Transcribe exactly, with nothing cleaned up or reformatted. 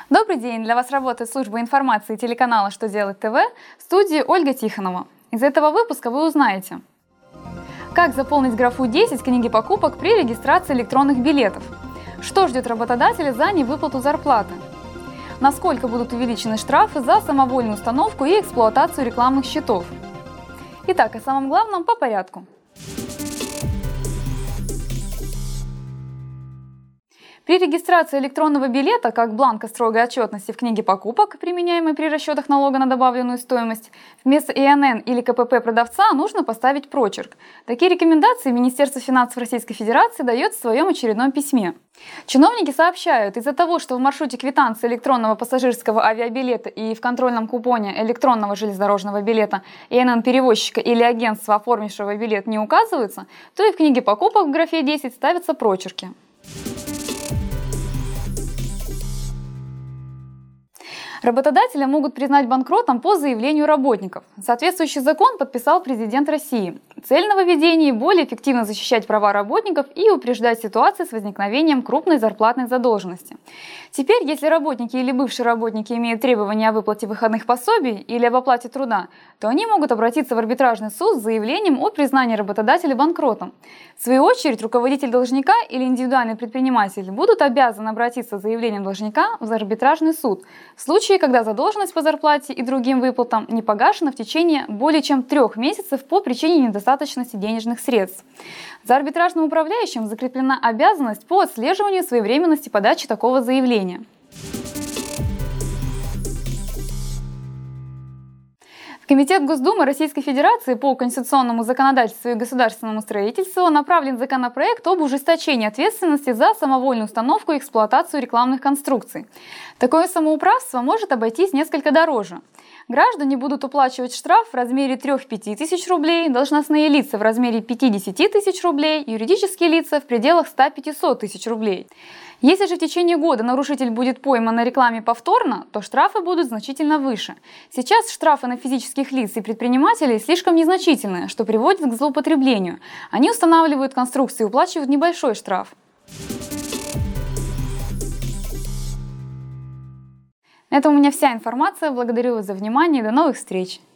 Добрый день! Для вас работает служба информации телеканала «Что делать ТВ», в студии Ольга Тихонова. Из этого выпуска вы узнаете, как заполнить графу десять книги покупок при регистрации электронных билетов, что ждет работодателя за невыплату зарплаты, насколько будут увеличены штрафы за самовольную установку и эксплуатацию рекламных щитов. Итак, о самом главном по порядку. При регистрации электронного билета, как бланка строгой отчетности в книге покупок, применяемой при расчетах налога на добавленную стоимость, вместо И Н Н или К П П продавца нужно поставить прочерк. Такие рекомендации Министерство финансов Российской Федерации дает в своем очередном письме. Чиновники сообщают, из-за того, что в маршруте квитанции электронного пассажирского авиабилета и в контрольном купоне электронного железнодорожного билета И Н Н перевозчика или агентства, оформившего билет, не указываются, то и в книге покупок в графе десять ставятся прочерки. Работодателя могут признать банкротом по заявлению работников. Соответствующий закон подписал президент России. Цель нововведений – более эффективно защищать права работников и упреждать ситуации с возникновением крупной зарплатной задолженности. Теперь, если работники или бывшие работники имеют требования о выплате выходных пособий или об оплате труда, то они могут обратиться в арбитражный суд с заявлением о признании работодателя банкротом. В свою очередь, руководитель должника или индивидуальный предприниматель будут обязаны обратиться с заявлением должника в арбитражный суд в случае, когда задолженность по зарплате и другим выплатам не погашена в течение более чем трех месяцев по причине недостаточности денежных средств. За арбитражным управляющим закреплена обязанность по отслеживанию своевременности подачи такого заявления. В Комитет Госдумы Российской Федерации по конституционному законодательству и государственному строительству направлен законопроект об ужесточении ответственности за самовольную установку и эксплуатацию рекламных конструкций. Такое самоуправство может обойтись несколько дороже. Граждане будут уплачивать штраф в размере трёх-пяти тысяч рублей, должностные лица в размере пятидесяти тысяч рублей, юридические лица в пределах ста-пятисот тысяч рублей. Если же в течение года нарушитель будет пойман на рекламе повторно, то штрафы будут значительно выше. Сейчас штрафы на физических лиц и предпринимателей слишком незначительные, что приводит к злоупотреблению. Они устанавливают конструкции и уплачивают небольшой штраф. На этом у меня вся информация. Благодарю вас за внимание и до новых встреч!